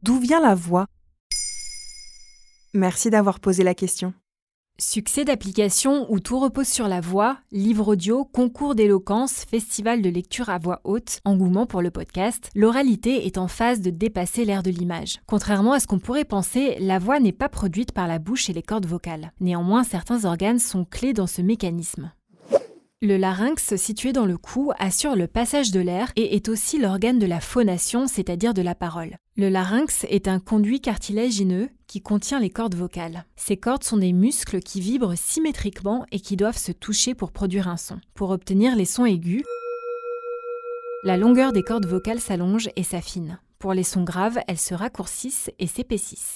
D'où vient la voix ? Merci d'avoir posé la question. Succès d'applications où tout repose sur la voix, livre audio, concours d'éloquence, festival de lecture à voix haute, engouement pour le podcast, l'oralité est en phase de dépasser l'ère de l'image. Contrairement à ce qu'on pourrait penser, la voix n'est pas produite par la bouche et les cordes vocales. Néanmoins, certains organes sont clés dans ce mécanisme. Le larynx, situé dans le cou, assure le passage de l'air et est aussi l'organe de la phonation, c'est-à-dire de la parole. Le larynx est un conduit cartilagineux qui contient les cordes vocales. Ces cordes sont des muscles qui vibrent symétriquement et qui doivent se toucher pour produire un son. Pour obtenir les sons aigus, la longueur des cordes vocales s'allonge et s'affine. Pour les sons graves, elles se raccourcissent et s'épaississent.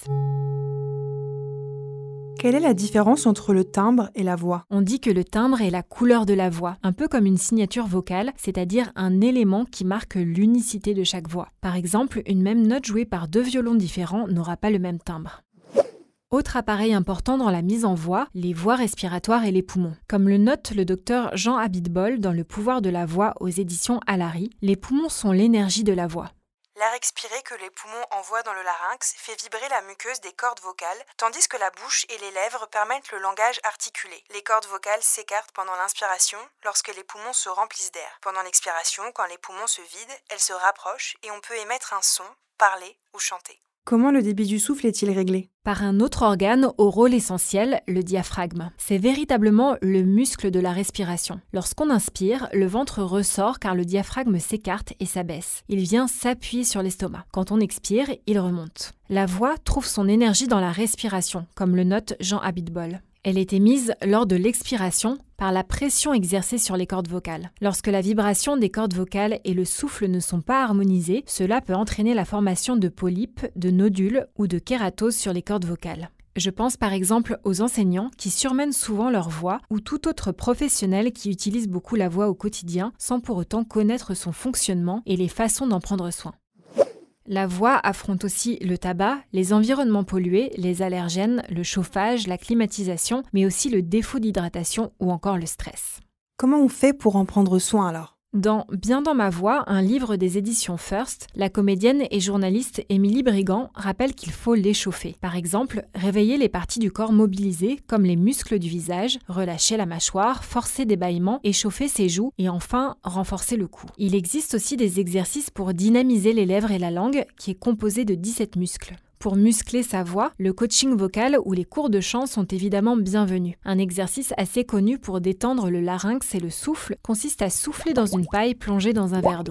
Quelle est la différence entre le timbre et la voix ? On dit que le timbre est la couleur de la voix, un peu comme une signature vocale, c'est-à-dire un élément qui marque l'unicité de chaque voix. Par exemple, une même note jouée par 2 violons différents n'aura pas le même timbre. Autre appareil important dans la mise en voix, les voies respiratoires et les poumons. Comme le note le docteur Jean Abitbol dans Le pouvoir de la voix aux éditions Alary, les poumons sont l'énergie de la voix. L'air expiré que les poumons envoient dans le larynx fait vibrer la muqueuse des cordes vocales, tandis que la bouche et les lèvres permettent le langage articulé. Les cordes vocales s'écartent pendant l'inspiration lorsque les poumons se remplissent d'air. Pendant l'expiration, quand les poumons se vident, elles se rapprochent et on peut émettre un son, parler ou chanter. Comment le débit du souffle est-il réglé ? Par un autre organe au rôle essentiel, le diaphragme. C'est véritablement le muscle de la respiration. Lorsqu'on inspire, le ventre ressort car le diaphragme s'écarte et s'abaisse. Il vient s'appuyer sur l'estomac. Quand on expire, il remonte. La voix trouve son énergie dans la respiration, comme le note Jean Abitbol. Elle est émise lors de l'expiration par la pression exercée sur les cordes vocales. Lorsque la vibration des cordes vocales et le souffle ne sont pas harmonisés, cela peut entraîner la formation de polypes, de nodules ou de kératoses sur les cordes vocales. Je pense par exemple aux enseignants qui surmènent souvent leur voix ou tout autre professionnel qui utilise beaucoup la voix au quotidien sans pour autant connaître son fonctionnement et les façons d'en prendre soin. La voix affronte aussi le tabac, les environnements pollués, les allergènes, le chauffage, la climatisation, mais aussi le défaut d'hydratation ou encore le stress. Comment on fait pour en prendre soin alors ? Dans Bien dans ma voix, un livre des éditions First, la comédienne et journaliste Émilie Brigand rappelle qu'il faut l'échauffer. Par exemple, réveiller les parties du corps mobilisées, comme les muscles du visage, relâcher la mâchoire, forcer des bâillements, échauffer ses joues et enfin renforcer le cou. Il existe aussi des exercices pour dynamiser les lèvres et la langue, qui est composé de 17 muscles. Pour muscler sa voix, le coaching vocal ou les cours de chant sont évidemment bienvenus. Un exercice assez connu pour détendre le larynx et le souffle consiste à souffler dans une paille plongée dans un verre d'eau.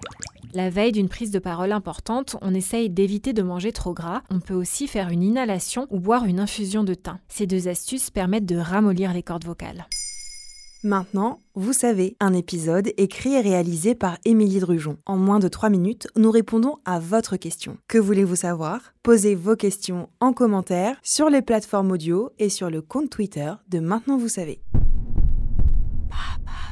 La veille d'une prise de parole importante, on essaye d'éviter de manger trop gras. On peut aussi faire une inhalation ou boire une infusion de thym. Ces 2 astuces permettent de ramollir les cordes vocales. Maintenant, vous savez, un épisode écrit et réalisé par Émilie Drujon. En moins de 3 minutes, nous répondons à votre question. Que voulez-vous savoir ? Posez vos questions en commentaire sur les plateformes audio et sur le compte Twitter de Maintenant vous savez. Papa.